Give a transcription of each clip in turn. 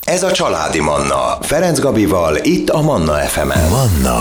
Ez a Családi Manna. Ferenc Gabival, itt a Manna FM-en. Manna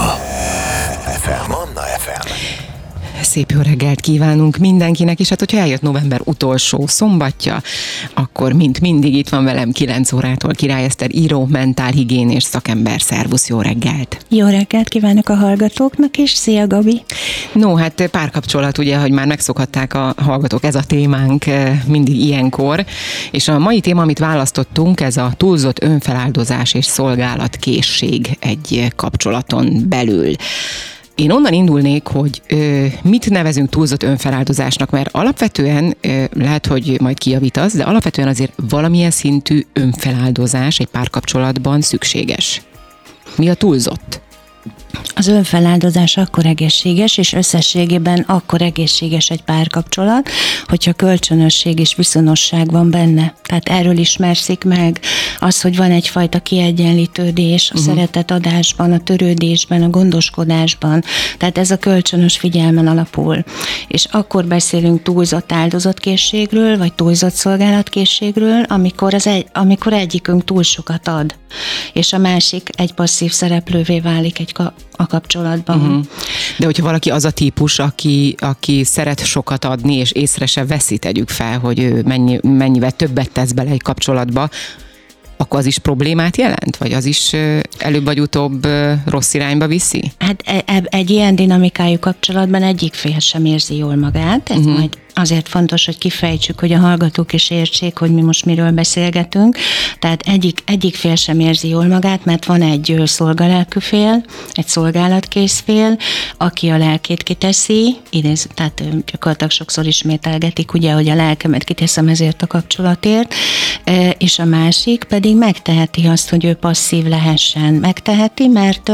FM. Manna FM. Szép jó reggelt kívánunk mindenkinek, és hát hogyha eljött november utolsó szombatja, akkor mint mindig itt van velem 9 órától Király Eszter író, mentálhigiénés szakember. Szervusz, jó reggelt! Jó reggelt kívánok a hallgatóknak, és szia Gabi! No, hát párkapcsolat, ugye, hogy már megszokhatták a hallgatók, ez a témánk mindig ilyenkor, és a mai téma, amit választottunk, ez a túlzott önfeláldozás és szolgálatkészség egy kapcsolaton belül. Én onnan indulnék, hogy mit nevezünk túlzott önfeláldozásnak, mert alapvetően, lehet, hogy majd kijavítasz, de alapvetően azért valamilyen szintű önfeláldozás egy párkapcsolatban szükséges. Mi a túlzott? Az önfeláldozás akkor egészséges, és összességében akkor egészséges egy párkapcsolat, hogyha kölcsönösség és viszonosság van benne. Tehát erről ismerszik meg az, hogy van egyfajta kiegyenlítődés a szeretetadásban, a törődésben, a gondoskodásban. Tehát ez a kölcsönös figyelmen alapul. És akkor beszélünk túlzott áldozatkészségről, vagy túlzott szolgálatkészségről, amikor egyikünk túl sokat ad, és a másik egy passzív szereplővé válik a kapcsolatban. De hogyha valaki az a típus, aki szeret sokat adni, és észre se veszi, tegyük fel, hogy ő mennyivel többet tesz bele egy kapcsolatba, akkor az is problémát jelent? Vagy az is előbb vagy utóbb rossz irányba viszi? Hát egy ilyen dinamikájú kapcsolatban egyik fél sem érzi jól magát, ez majd azért fontos, hogy kifejtsük, hogy a hallgatók is értsék, hogy mi most miről beszélgetünk. Tehát egyik fél sem érzi jól magát, mert van egy szolgalelkű fél, egy szolgálatkész fél, aki a lelkét kiteszi, tehát gyakorlatilag sokszor ismételgetik, ugye, hogy a lelkemet kiteszem ezért a kapcsolatért, és a másik pedig megteheti azt, hogy ő passzív lehessen. Megteheti, mert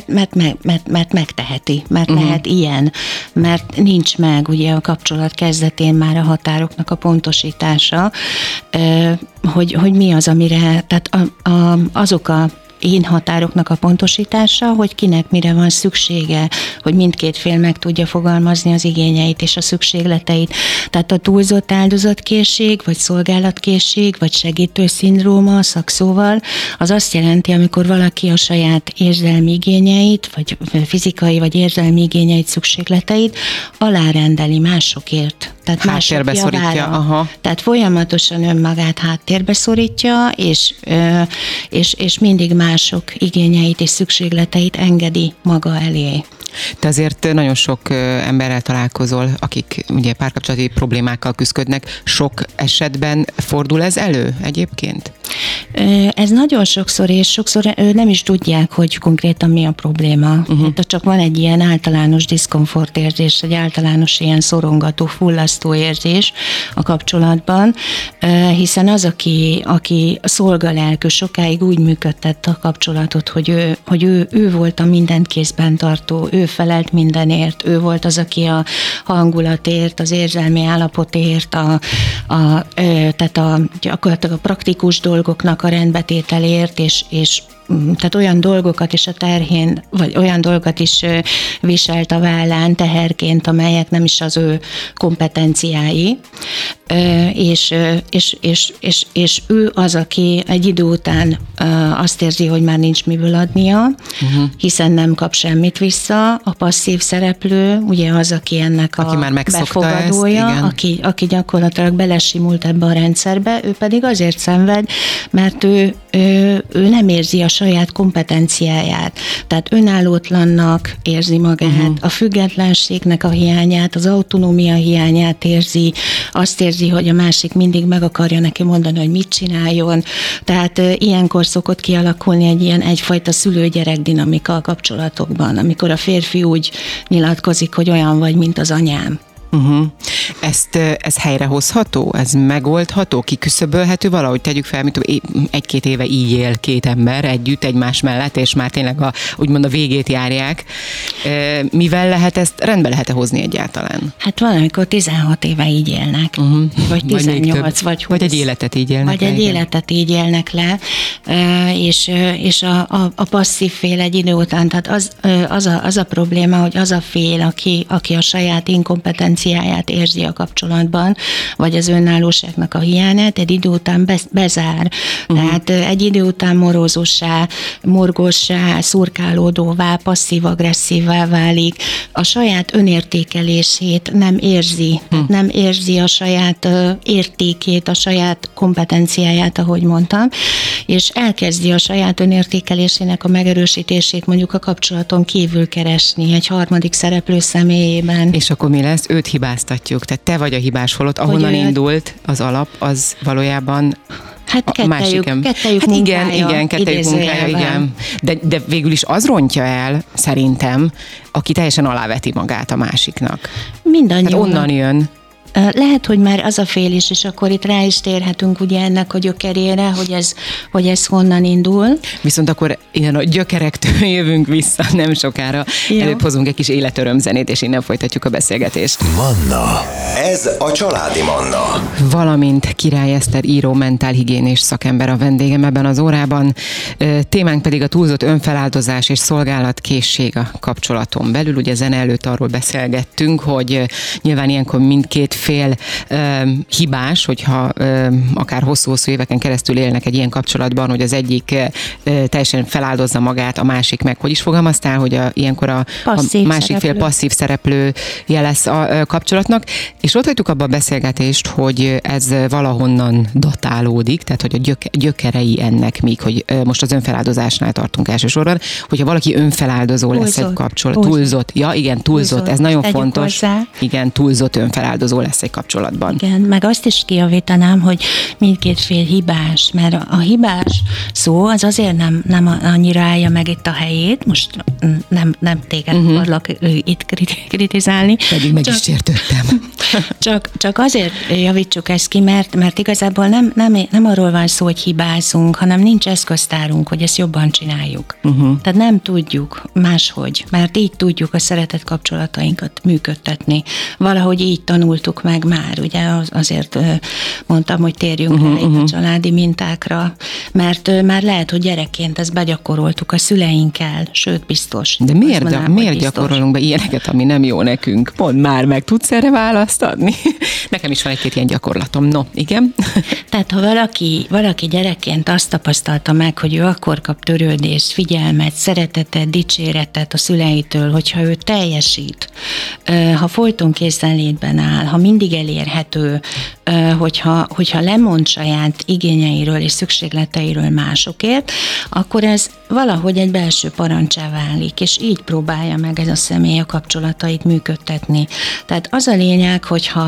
megteheti, mert lehet ilyen, mert nincs meg ugye a kapcsolat kezdetén már a határoknak a pontosítása, hogy mi az, amire, tehát azok a én határoknak a pontosítása, hogy kinek mire van szüksége, hogy mindkét fél meg tudja fogalmazni az igényeit és a szükségleteit. Tehát a túlzott áldozatkészség, vagy szolgálatkészség, vagy segítőszindróma szakszóval, az azt jelenti, amikor valaki a saját érzelmi igényeit, vagy fizikai, vagy érzelmi igényeit, szükségleteit alárendeli másokért. Tehát háttérbe szorítja. Aha. Tehát folyamatosan önmagát háttérbe szorítja, és mindig mások igényeit és szükségleteit engedi maga elé. Te azért nagyon sok emberrel találkozol, akik ugye párkapcsolati problémákkal küzdködnek. Sok esetben fordul ez elő egyébként? Ez nagyon sokszor, és sokszor nem is tudják, hogy konkrétan mi a probléma. Hát csak van egy ilyen általános diszkomfortérzés, egy általános ilyen szorongató, fullasztó érzés a kapcsolatban, hiszen az, aki szolgalelkű, sokáig úgy működtette a kapcsolatot, hogy ő volt a mindent kézben tartó, ő felelt mindenért, ő volt az, aki a hangulatért, az érzelmi állapotért, tehát gyakorlatilag a praktikus dolgoknak a rendbetételért, és tehát olyan dolgokat is a terhén, vagy olyan dolgokat is viselt a vállán teherként, amelyek nem is az ő kompetenciái, és ő az, aki egy idő után azt érzi, hogy már nincs miből adnia, hiszen nem kap semmit vissza. A passzív szereplő, ugye az, aki ennek aki már befogadója, ezt, aki gyakorlatilag belesimult ebbe a rendszerbe, ő pedig azért szenved, mert ő nem érzi a saját kompetenciáját. Tehát önállótlannak érzi magát, a függetlenségnek a hiányát, az autonómia hiányát érzi, azt érzi, hogy a másik mindig meg akarja neki mondani, hogy mit csináljon. Tehát ilyenkor szokott kialakulni egyfajta szülő-gyerek dinamika a kapcsolatokban, amikor a férfi úgy nyilatkozik, hogy olyan vagy, mint az anyám. Ez helyrehozható? Ez megoldható? Kiküszöbölhető valahogy? Tegyük fel, mint 1-2 éve így él két ember együtt, egymás mellett, és már tényleg úgymond a végét járják. Mivel lehet ezt, rendbe lehet-e hozni egyáltalán? Hát valamikor 16 éve így élnek, vagy 18, vagy 20. Vagy egy életet így élnek le. Vagy egy életet így élnek le, és a passzív fél egy idő után, tehát az a probléma, hogy az a fél, aki a saját inkompetenciáját kompetenciáját érzi a kapcsolatban, vagy az önállóságnak a hiányát, egy idő után bezár. Tehát egy idő után morgossá, szurkálódóvá, passzív-agresszívvá válik, a saját önértékelését nem érzi, nem érzi a saját értékét, a saját kompetenciáját, ahogy mondtam, és elkezdi a saját önértékelésének a megerősítését mondjuk a kapcsolaton kívül keresni, egy harmadik szereplő személyében. És akkor mi lesz? Őt hibáztatjuk. Tehát te vagy a hibás, holott ahonnan indult az alap, az valójában kettejük munkája. Igen, kettejük munkája, igen. De végül is az rontja el, szerintem, aki teljesen aláveti magát a másiknak. Mindannyian. Tehát onnan jön. Lehet, hogy már az a fél is, és akkor itt rá is térhetünk ugye ennek a gyökerére, hogy ez honnan indul. Viszont akkor ilyen a gyökerektől jövünk vissza nem sokára. Jó. Előbb hozunk egy kis életörömzenét, és innen folytatjuk a beszélgetést. Manna. Ez a Családi Manna. Valamint Király Eszter író, mentálhigiénés szakember a vendégem ebben az órában. Témánk pedig a túlzott önfeláldozás és szolgálatkészség a kapcsolaton belül. Ugye zene előtt arról beszélgettünk, hogy nyilván ilyenkor mindkét fél hibás, hogyha akár hosszú-hosszú éveken keresztül élnek egy ilyen kapcsolatban, hogy az egyik teljesen feláldozza magát, a másik meg, hogy is fogalmaztál, hogy ilyenkor a másik fél passzív szereplője lesz a kapcsolatnak, és ott hagytuk abba a beszélgetést, hogy ez valahonnan datálódik, tehát hogy a gyökerei ennek még, hogy most az önfeláldozásnál tartunk elsősorban, hogyha valaki önfeláldozó lesz egy kapcsolat. Túlzott. Ja, igen, túlzott. Ez nagyon fontos. Igen, túlzott önfeláldozó lesz egy kapcsolatban. Igen, meg azt is kijavítanám, hogy mindkét fél hibás, mert a hibás szó az azért nem annyira állja meg itt a helyét, most nem téged akarlak itt kritizálni. Pedig meg is sértődtem. Csak azért javítsuk ezt ki, mert igazából nem arról van szó, hogy hibázunk, hanem nincs eszköztárunk, hogy ezt jobban csináljuk. Tehát nem tudjuk máshogy, mert így tudjuk a szeretett kapcsolatainkat működtetni. Valahogy így tanultuk meg már, ugye azért mondtam, hogy térjünk rá itt a családi mintákra, mert már lehet, hogy gyerekként ezt begyakoroltuk a szüleinkkel, sőt biztos. De miért gyakorolunk be ilyeneket, ami nem jó nekünk? Mondd már meg, tudsz erre választ adni? Nekem is van egy-két ilyen gyakorlatom. No, igen. Tehát ha valaki gyerekként azt tapasztalta meg, hogy ő akkor kap törődést, figyelmet, szeretetet, dicséretet a szüleitől, hogyha ő teljesít, ha folyton készenlétben áll, ha mindig elérhető, hogyha lemond saját igényeiről és szükségleteiről másokért, akkor ez valahogy egy belső parancsá válik, és így próbálja meg ez a személy a kapcsolatait működtetni. Tehát az a lényeg,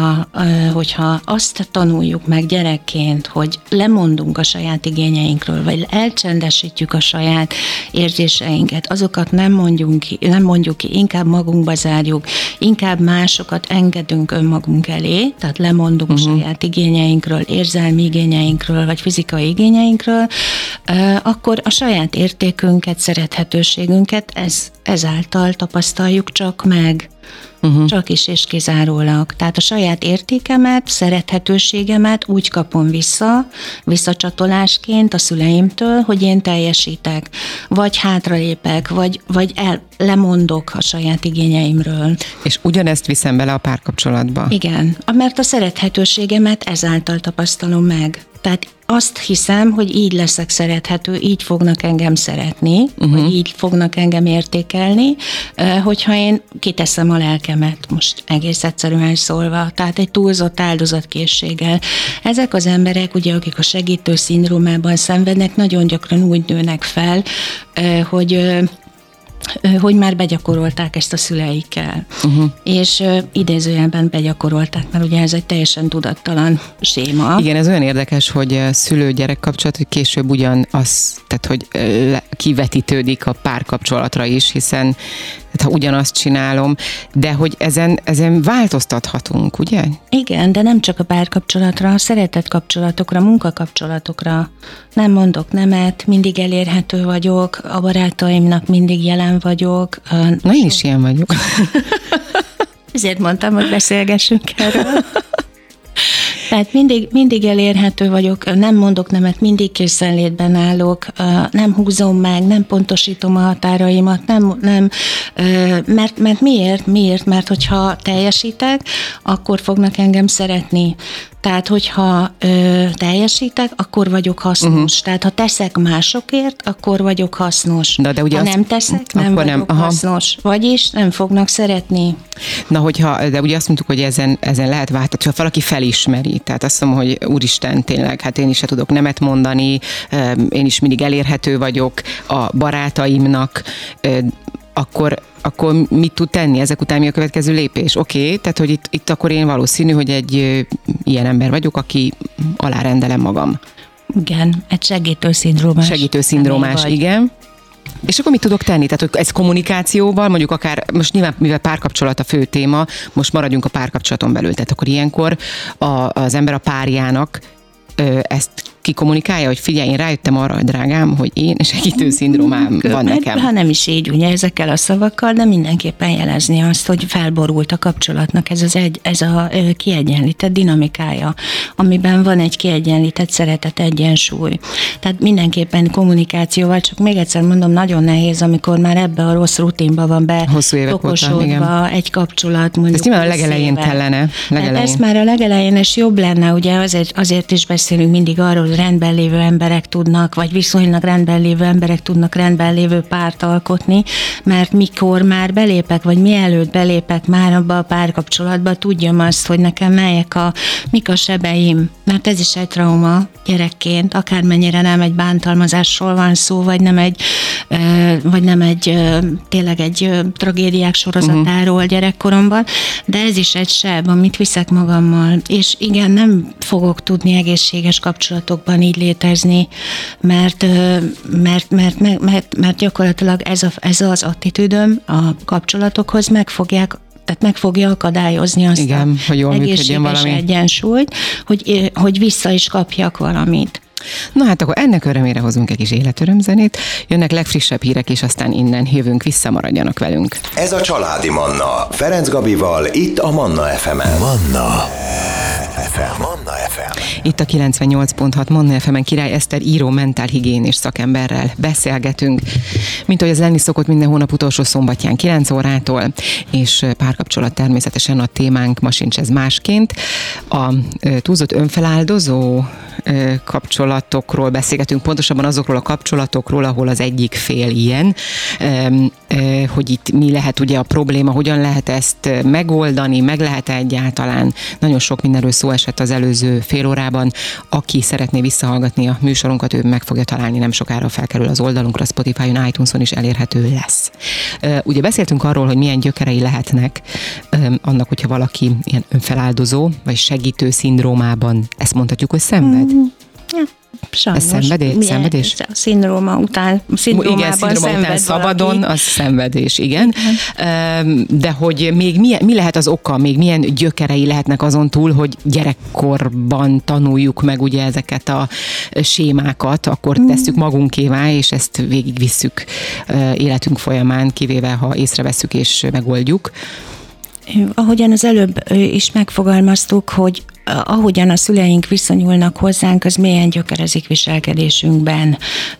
hogyha azt tanuljuk meg gyerekként, hogy lemondunk a saját igényeinkről, vagy elcsendesítjük a saját érzéseinket, azokat nem mondjuk ki, inkább magunkba zárjuk, inkább másokat engedünk önmagunk elé, tehát lemondunk saját igényeinkről, érzelmi igényeinkről, vagy fizikai igényeinkről, akkor a saját értékünket, szerethetőségünket ezáltal tapasztaljuk csak meg. Csak is és kizárólag. Tehát a saját értékemet, szerethetőségemet úgy kapom visszacsatolásként a szüleimtől, hogy én teljesítek, vagy hátralépek, vagy lemondok a saját igényeimről. És ugyanezt viszem bele a párkapcsolatba? Igen, mert a szerethetőségemet ezáltal tapasztalom meg. Tehát azt hiszem, hogy így leszek szerethető, így fognak engem szeretni, vagy így fognak engem értékelni, hogyha én kiteszem a lelkemet, most egész egyszerűen szólva, tehát egy túlzott áldozatkészséggel. Ezek az emberek, ugye, akik a segítő szindrómában szenvednek, nagyon gyakran úgy nőnek fel, hogy már begyakorolták ezt a szüleikkel. És idézőjelben begyakorolták, mert ugye ez egy teljesen tudattalan séma. Igen, ez olyan érdekes, hogy szülő-gyerek kapcsolat, hogy később ugyanaz, tehát hogy kivetítődik a párkapcsolatra is, hiszen ha ugyanazt csinálom, de hogy ezen változtathatunk, ugye? Igen, de nem csak a párkapcsolatra, a szeretett kapcsolatokra, munkakapcsolatokra. Nem mondok nemet, mindig elérhető vagyok, a barátaimnak mindig jelen vagyok. Na, én is ilyen vagyok. Ezért mondtam, hogy beszélgessünk erről. Tehát mindig elérhető vagyok, nem mondok nemet, mindig készenlétben állok, nem húzom meg, nem pontosítom a határaimat, mert miért? Mert hogyha teljesítek, akkor fognak engem szeretni. Tehát, hogyha teljesítek, akkor vagyok hasznos. Tehát, ha teszek másokért, akkor vagyok hasznos. De ugye ha nem teszek, nem vagyok hasznos. Vagyis nem fognak szeretni. Na, de ugye azt mondtuk, hogy ezen lehet váltani, ha valaki felismeri. Tehát azt mondom, hogy úristen, tényleg, hát én is se tudok nemet mondani, én is mindig elérhető vagyok a barátaimnak, akkor mit tud tenni? Ezek után mi a következő lépés? Oké, tehát hogy itt akkor én valószínű, hogy egy ilyen ember vagyok, aki alárendelem magam. Igen, egy segítőszindrómás. Segítőszindrómás, igen. És akkor mit tudok tenni? Tehát, hogy ez kommunikációval, mondjuk akár, most nyilván mivel párkapcsolat a fő téma, most maradjunk a párkapcsolaton belül. Tehát akkor ilyenkor az ember a párjának ezt kikommunikálja, hogy figyelj, én rájöttem arra, drágám, hogy én segítőszindrómám van nekem. Ha nem is így, ugye ezekkel a szavakkal, de mindenképpen jelezni azt, hogy felborult a kapcsolatnak ez a kiegyenlített dinamikája, amiben van egy kiegyenlített szeretet, egyensúly. Tehát mindenképpen kommunikációval, csak még egyszer mondom, nagyon nehéz, amikor már ebbe a rossz rutinba van betokosodva egy kapcsolat. Mondjuk ezt nyilván a legelején kellene. Ez már a legelején, és jobb lenne, ugye azért is beszélünk mindig arról, rendben lévő emberek tudnak, vagy viszonylag rendben lévő emberek tudnak rendben lévő párt alkotni, mert mikor már belépek, vagy mielőtt belépek már abba a párkapcsolatba, tudjam azt, hogy nekem mik a sebeim, mert ez is egy trauma gyerekként, akármennyire nem egy bántalmazásról van szó, vagy nem egy tényleg egy tragédiák sorozatáról gyerekkoromban, de ez is egy seb, amit viszek magammal, és igen, nem fogok tudni egészséges kapcsolatokban így létezni, mert gyakorlatilag ez az attitűdöm a kapcsolatokhoz meg fogja akadályozni azt hogy jól működjön valami egyensúlyt, hogy vissza is kapjak valamit. Na hát akkor ennek örömére hozunk egy kis életörömzenét, jönnek legfrissebb hírek, és aztán innen jövünk vissza, maradjanak velünk. Ez a Családi Manna, Ferenc Gabival, itt a Manna FM-en. Manna FM. Manna FM. Itt a 98.6 Manna FM-en Király Eszter író, mentálhigiénés szakemberrel beszélgetünk, mint ahogy ez lenni szokott minden hónap utolsó szombatján 9 órától, és párkapcsolat természetesen a témánk, ma sincs ez másként. A túlzott önfeláldozó kapcsolatokról beszélgetünk, pontosabban azokról a kapcsolatokról, ahol az egyik fél ilyen, hogy itt mi lehet ugye a probléma, hogyan lehet ezt megoldani, meg lehet egyáltalán. Nagyon sok mindenről szó esett az előző fél órában. Aki szeretné visszahallgatni a műsorunkat, ő meg fogja találni, nem sokára felkerül az oldalunkra, Spotify-on, iTunes-on is elérhető lesz. Ugye beszéltünk arról, hogy milyen gyökerei lehetnek annak, hogyha valaki ilyen önfeláldozó, vagy segítő szindrómában, ezt mondhatjuk, hogy szenved? Sajnos. Ez szenvedés? A szindróma után, után szabadon, az szenvedés, igen. De hogy még mi lehet az oka, még milyen gyökerei lehetnek azon túl, hogy gyerekkorban tanuljuk meg ugye ezeket a sémákat, akkor tesszük magunkévá, és ezt végigvisszük életünk folyamán, kivéve ha észrevesszük és megoldjuk. Ahogyan az előbb is megfogalmaztuk, hogy ahogyan a szüleink viszonyulnak hozzánk, az mélyen gyökerezik viselkedésünkben.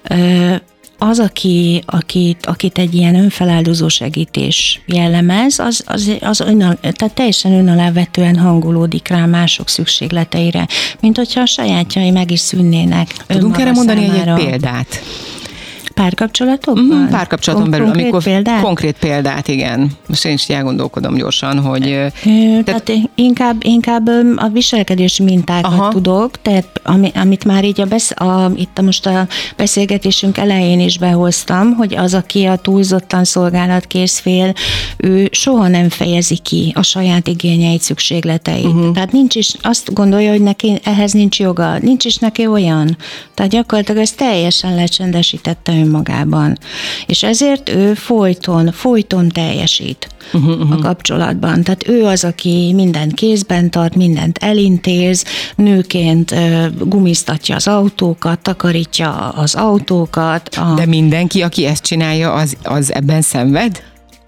Az, akit egy ilyen önfeláldozó segítés jellemez, tehát teljesen önalávetően hangolódik rá mások szükségleteire, mint hogyha a sajátjai meg is szűnnének. Tudunk erre mondani egy példát? Párkapcsolatokban? Párkapcsolaton belül, amikor konkrét példát, igen. Most én is elgondolkodom gyorsan, hogy... Tehát inkább a viselkedési mintákat tudok, tehát amit már így itt most a beszélgetésünk elején is behoztam, hogy az, aki a túlzottan szolgálatkész fél, ő soha nem fejezi ki a saját igényeit, szükségleteit. Tehát nincs is, azt gondolja, hogy neki ehhez nincs joga, nincs is neki olyan. Tehát gyakorlatilag ez teljesen lecsendesítette önmagában. És ezért ő folyton teljesít a kapcsolatban. Tehát ő az, aki mindent kézben tart, mindent elintéz, nőként gumiztatja az autókat, takarítja az autókat. De mindenki, aki ezt csinálja, az ebben szenved?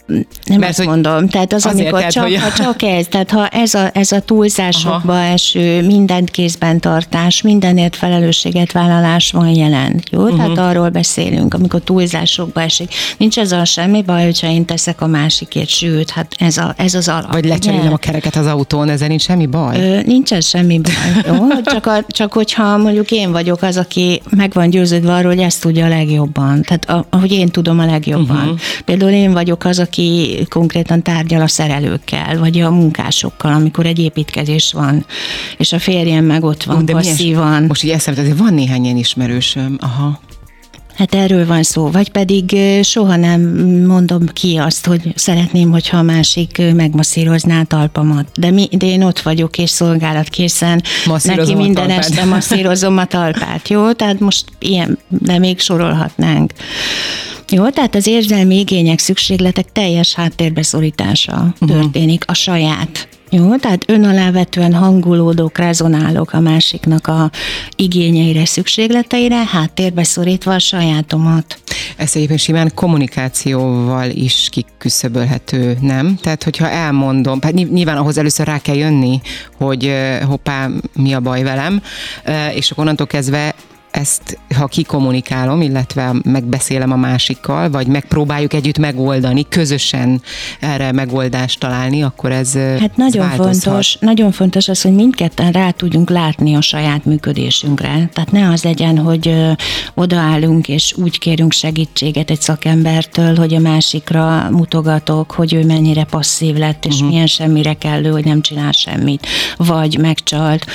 Nem mert azt mondom, tehát az, amikor csak ez, tehát ha ez a túlzásokba eső, mindent kézben tartás, mindenért felelősséget vállalás van jelen, jó? Tehát arról beszélünk, amikor túlzásokba esik. Nincs ezzel semmi baj, hogyha én teszek a másikért, sőt, hát ez az alap. Vagy lecserélem a kereket az autón, ezzel nincs semmi baj? Nincs ez semmi baj, jó? Csak hogyha mondjuk én vagyok az, aki meg van győződve arról, hogy ezt tudja a legjobban. Tehát ahogy én tudom a legjobban. Például én vagyok az, aki konkrétan tárgyal a szerelőkkel, vagy a munkásokkal, amikor egy építkezés van, és a férjem meg ott van passzívan. Most így eszembe, azért van néhány ilyen ismerősöm. Hát erről van szó, vagy pedig soha nem mondom ki azt, hogy szeretném, hogyha a másik megmasszírozná a talpamat. De én ott vagyok, és szolgálatkészen neki minden este masszírozom a talpát, jó? Tehát most ilyen, de még sorolhatnánk. Jó, tehát az érzelmi igények, szükségletek teljes háttérbeszorítása történik a saját. Jó, tehát önalávetően hangolódok, rezonálok a másiknak a igényeire, szükségleteire, háttérbe szorítva a sajátomat. Ez egyébként simán kommunikációval is kiküszöbölhető, nem? Tehát, hogyha elmondom, hát nyilván ahhoz először rá kell jönni, hogy hoppá, mi a baj velem, és akkor onnantól kezdve ezt, ha kikommunikálom, illetve megbeszélem a másikkal, vagy megpróbáljuk együtt megoldani, közösen erre megoldást találni, akkor ez hát nagyon fontos az, hogy mindketten rá tudjunk látni a saját működésünkre. Tehát ne az legyen, hogy odaállunk, és úgy kérünk segítséget egy szakembertől, hogy a másikra mutogatok, hogy ő mennyire passzív lett, és milyen semmire kellő, hogy nem csinál semmit. Vagy megcsalt,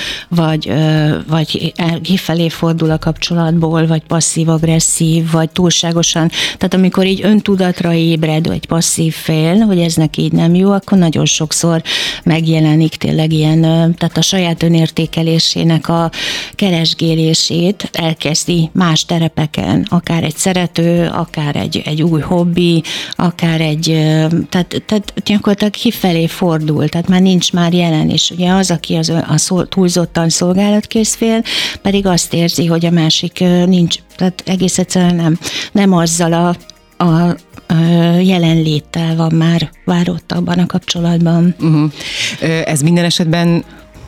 vagy kifelé fordul a kapcsolatból, vagy passzív-agresszív, vagy túlságosan. Tehát amikor így öntudatra ébred, vagy passzív fél, hogy ez neki így nem jó, akkor nagyon sokszor megjelenik tényleg ilyen, tehát a saját önértékelésének a keresgélését elkezdi más terepeken, akár egy szerető, akár egy új hobbi, akár tehát gyakorlatilag kifelé fordul, tehát már nincs már jelen, és ugye az, aki a túlzottan szolgálatkész fél, pedig azt érzi, hogy a másik nincs, tehát egész egyszerűen nem azzal a jelenléttel van már ott abban a kapcsolatban. Ez minden esetben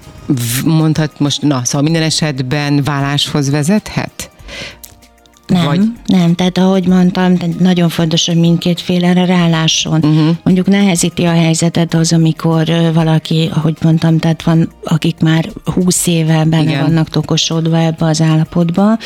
szóval minden esetben váláshoz vezethet? Nem, tehát ahogy mondtam, nagyon fontos, hogy mindkét fél erre rálásson. Mondjuk nehezíti a helyzetet az, amikor valaki, ahogy mondtam, tehát van, akik már 20 éve benne vannak tokosodva ebbe az állapotba,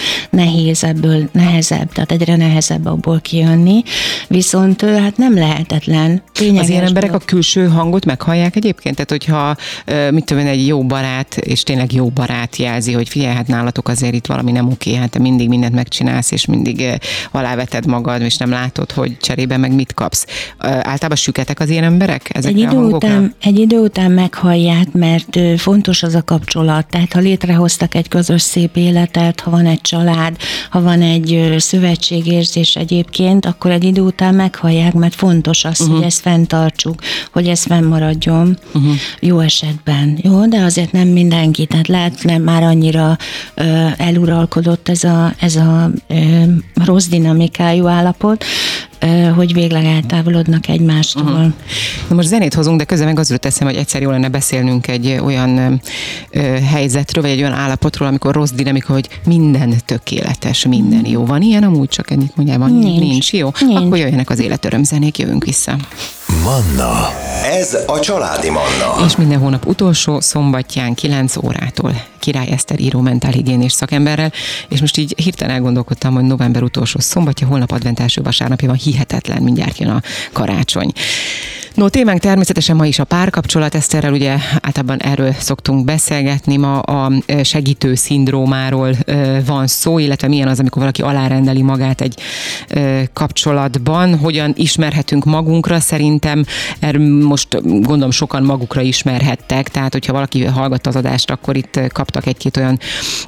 nehezebb, tehát egyre nehezebb abból kijönni, viszont hát nem lehetetlen. Az ilyen emberek a külső hangot meghallják egyébként? Tehát, hogyha mit tudom én, egy jó barát, és tényleg jó barát jelzi, hogy figyelj, hát nálatok azért itt valami nem oké, hát te mindig mindent megcsinálsz, és mindig aláveted magad, és nem látod, hogy cserébe meg mit kapsz. Általában süketek az ilyen emberek ezekre a hangokra? Egy idő után meghallják, mert fontos az a kapcsolat. Tehát ha létrehoztak egy közös szép életet, ha van egy család, ha van egy szövetségérzés egyébként, akkor egy idő után meghallják, mert fontos az, hogy ezt fenntartsuk, hogy ez fennmaradjon jó esetben. Jó, de azért nem mindenki, tehát lehet nem már annyira eluralkodott ez a rossz dinamikájú állapot, hogy végleg eltávolodnak egymástól. Na most zenét hozunk, de közben meg az jut eszembe, hogy egyszer jó lenne beszélnünk egy olyan helyzetről, vagy egy olyan állapotról, amikor rossz dinamika, hogy minden tökéletes, minden jó. Van ilyen amúgy, csak ennyit mondjál, nincs jó? Nincs. Akkor jöjjenek az életörömzenék, jövünk vissza. Manna. Ez a családi Manna. És minden hónap utolsó szombatján 9 órától Király Eszter író mentálhigiénés szakemberrel, és most így hirtelen elgondolkodtam, hogy november utolsó szombatja, holnap advent első vasárnapja van, hihetetlen, mindjárt jön a karácsony. No, témánk természetesen ma is a párkapcsolat. Eszterrel ugye általában erről szoktunk beszélgetni, ma a segítő szindrómáról van szó, illetve milyen az, amikor valaki alárendeli magát egy kapcsolatban, hogyan ismerhetünk magunkra, szerintem most gondolom sokan magukra ismerhettek, tehát hogyha valaki hallgatta az adást, akkor itt kaptak egy-két olyan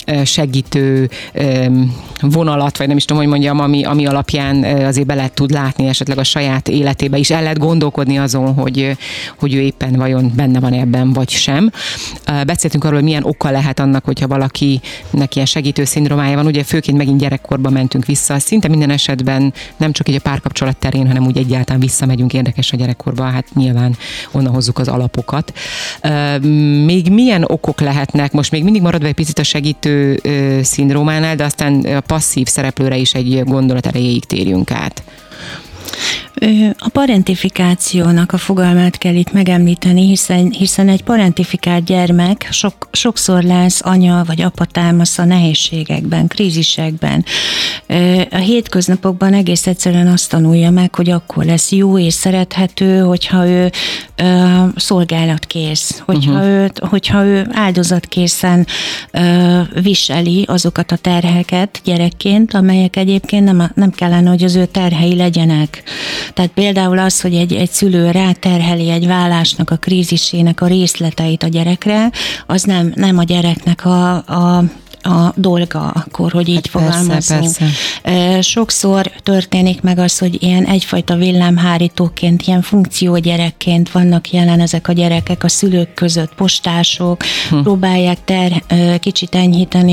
segítő vonalat, vagy nem is tudom, hogy mondjam, ami alapján azért be lehet tud látni esetleg a saját életébe is, el lehet gondolkodni azon, azon, hogy ő éppen vajon benne van ebben, vagy sem. Beszéltünk arról, hogy milyen oka lehet annak, hogyha valakinek ilyen segítő szindrómája van. Ugye főként megint gyerekkorba mentünk vissza. Szinte minden esetben nem csak így a párkapcsolat terén, hanem úgy egyáltalán visszamegyünk, érdekes a gyerekkorba, hát nyilván onnan hozzuk az alapokat. Még milyen okok lehetnek, most még mindig maradva egy picit a segítő szindrómánál, de aztán a passzív szereplőre is egy gondolat erejéig térjünk át. A parentifikációnak a fogalmát kell itt megemlíteni, hiszen egy parentifikált gyermek sokszor lesz anya vagy apa támasza nehézségekben, krízisekben. A hétköznapokban egész egyszerűen azt tanulja meg, hogy akkor lesz jó és szerethető, hogyha ő szolgálatkész, hogyha ő áldozatkészen viseli azokat a terheket gyerekként, amelyek egyébként nem kellene, hogy az ő terhei legyenek. Tehát például az, hogy egy szülő ráterheli egy vállásnak a krízisének a részleteit a gyerekre, az nem a gyereknek a dolga akkor, hogy így fogalmazunk. Persze. Sokszor történik meg az, hogy ilyen egyfajta villámhárítóként, ilyen funkciógyerekként vannak jelen ezek a gyerekek a szülők között, postások, próbálják kicsit enyhíteni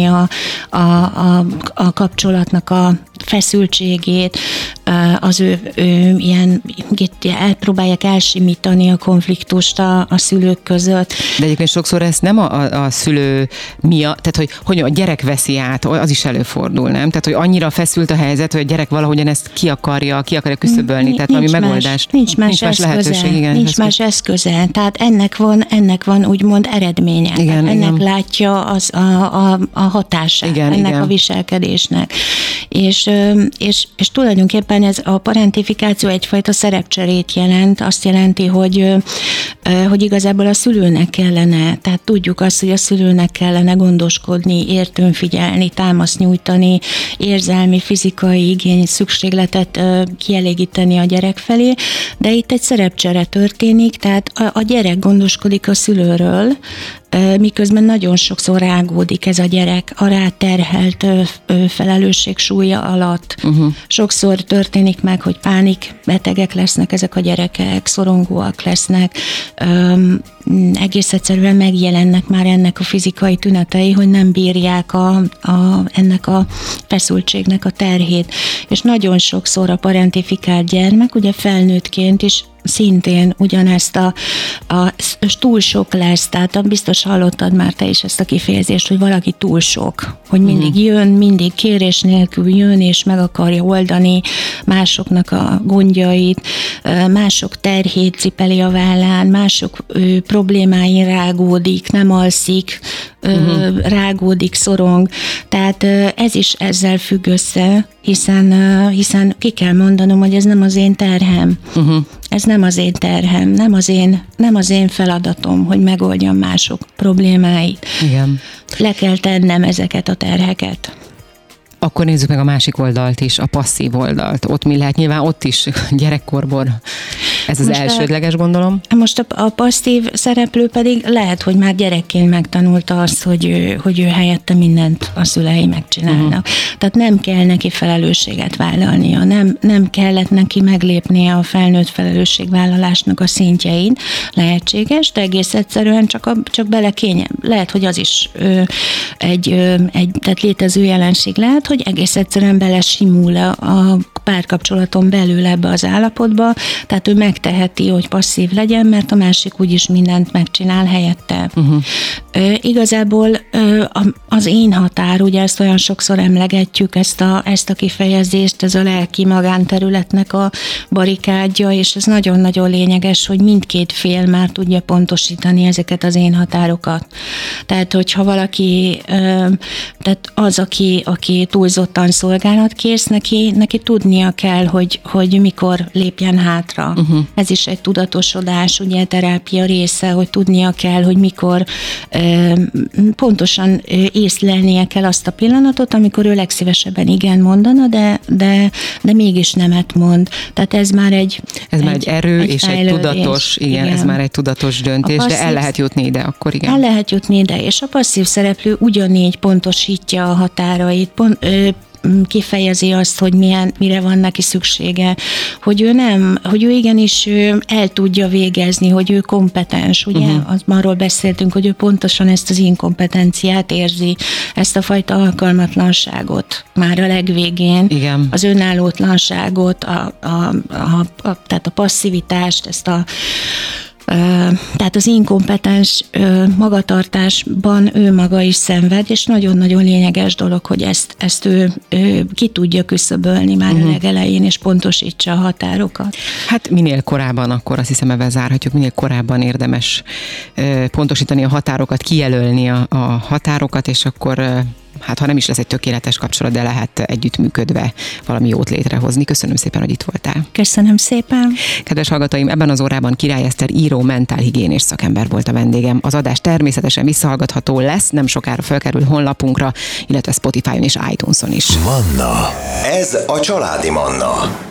a kapcsolatnak a feszültségét, az ő ilyen próbálják elsimítani a konfliktust a szülők között. De egyébként sokszor ezt nem a szülő miatt, tehát hogy a gyerek veszi át, az is előfordul, nem? Tehát, hogy annyira feszült a helyzet, hogy a gyerek valahogyan ezt ki akarja küszöbölni, tehát valami megoldást. Nincs más lehetőség, igen. Nincs más eszköze, tehát ennek van úgymond eredménye. Igen, ennek látja a hatását, ennek a viselkedésnek. És tulajdonképpen ez a parentifikáció egyfajta szerepcserét jelent, azt jelenti, hogy igazából a szülőnek kellene, tehát tudjuk azt, hogy a szülőnek kellene gondoskodni, értőn figyelni, támaszt nyújtani, érzelmi, fizikai igény, szükségletet kielégíteni a gyerek felé, de itt egy szerepcsere történik, tehát a gyerek gondoskodik a szülőről, miközben nagyon sokszor rágódik ez a gyerek a ráterhelt felelősség súlya alatt. Sokszor történik meg, hogy pánikbetegek lesznek ezek a gyerekek, szorongóak lesznek, egész egyszerűen megjelennek már ennek a fizikai tünetei, hogy nem bírják ennek a feszültségnek a terhét. És nagyon sokszor a parentifikált gyermek, ugye felnőttként is szintén ugyanezt a túl sok lesz, tehát biztos hallottad már te is ezt a kifejezést, hogy valaki túl sok, hogy mindig jön, mindig kérés nélkül jön, és meg akarja oldani másoknak a gondjait, mások terhét cipeli a vállán, mások problémáin rágódik, nem alszik, rágódik, szorong. Tehát ez is ezzel függ össze, hiszen ki kell mondanom, hogy ez nem az én terhem. Ez nem az én terhem, nem az én feladatom, hogy megoldjam mások problémáit. Igen. Le kell tennem ezeket a terheket. Akkor nézzük meg a másik oldalt is, a passzív oldalt. Ott mi lehet? Nyilván ott is gyerekkorból ez az elsődleges, gondolom. Most a passzív szereplő pedig lehet, hogy már gyerekként megtanulta azt, hogy ő helyette mindent a szülei megcsinálnak. Tehát nem kell neki felelősséget vállalnia, nem kellett neki meglépnie a felnőtt felelősségvállalásnak a szintjein. Lehetséges, de egész egyszerűen csak belekénye. Lehet, hogy az is tehát létező jelenség lehet, hogy egész egyszerűen belesimul a párkapcsolaton belül ebbe az állapotba, tehát ő megteheti, hogy passzív legyen, mert a másik úgyis mindent megcsinál helyette. Igazából az én határ, ugye ezt olyan sokszor emlegetjük, ezt a kifejezést, ez a lelki magánterületnek a barikádja, és ez nagyon-nagyon lényeges, hogy mindkét fél már tudja pontosítani ezeket az én határokat. Tehát, hogyha valaki, tehát az, aki túlzottan szolgálatkész, neki tudnia kell, hogy mikor lépjen hátra. Ez is egy tudatosodás, ugye terápia része, hogy tudnia kell, hogy mikor pontosan észlelnie kell azt a pillanatot, amikor ő legszívesebben igen mondana, de mégis nemet mond. Tehát ez már egy erő és egy tudatos, igen, ez már egy tudatos döntés, de el lehet jutni ide, akkor igen. El lehet jutni ide, és a passzív szereplő ugyanígy pontosítja a határait, kifejezi azt, hogy mire van neki szüksége, hogy ő igenis el tudja végezni, hogy ő kompetens, ugye? Arról beszéltünk, hogy ő pontosan ezt az inkompetenciát érzi, ezt a fajta alkalmatlanságot már a legvégén, igen. Az önállótlanságot, tehát a passzivitást, tehát az inkompetens magatartásban ő maga is szenved, és nagyon-nagyon lényeges dolog, hogy ezt ő ki tudja küszöbölni már a legelején, és pontosítsa a határokat. Hát minél korábban, akkor azt hiszem ebben zárhatjuk, minél korábban érdemes pontosítani a határokat, kijelölni a határokat, és akkor hát ha nem is lesz egy tökéletes kapcsolat, de lehet együttműködve valami jót létrehozni. Köszönöm szépen, hogy itt voltál. Köszönöm szépen. Kedves hallgatóim, ebben az órában Király Eszter író, mentálhigiénés szakember volt a vendégem. Az adás természetesen visszahallgatható lesz, nem sokára felkerül honlapunkra, illetve Spotify-on és iTunes-on is. Manna. Ez a Családi Manna.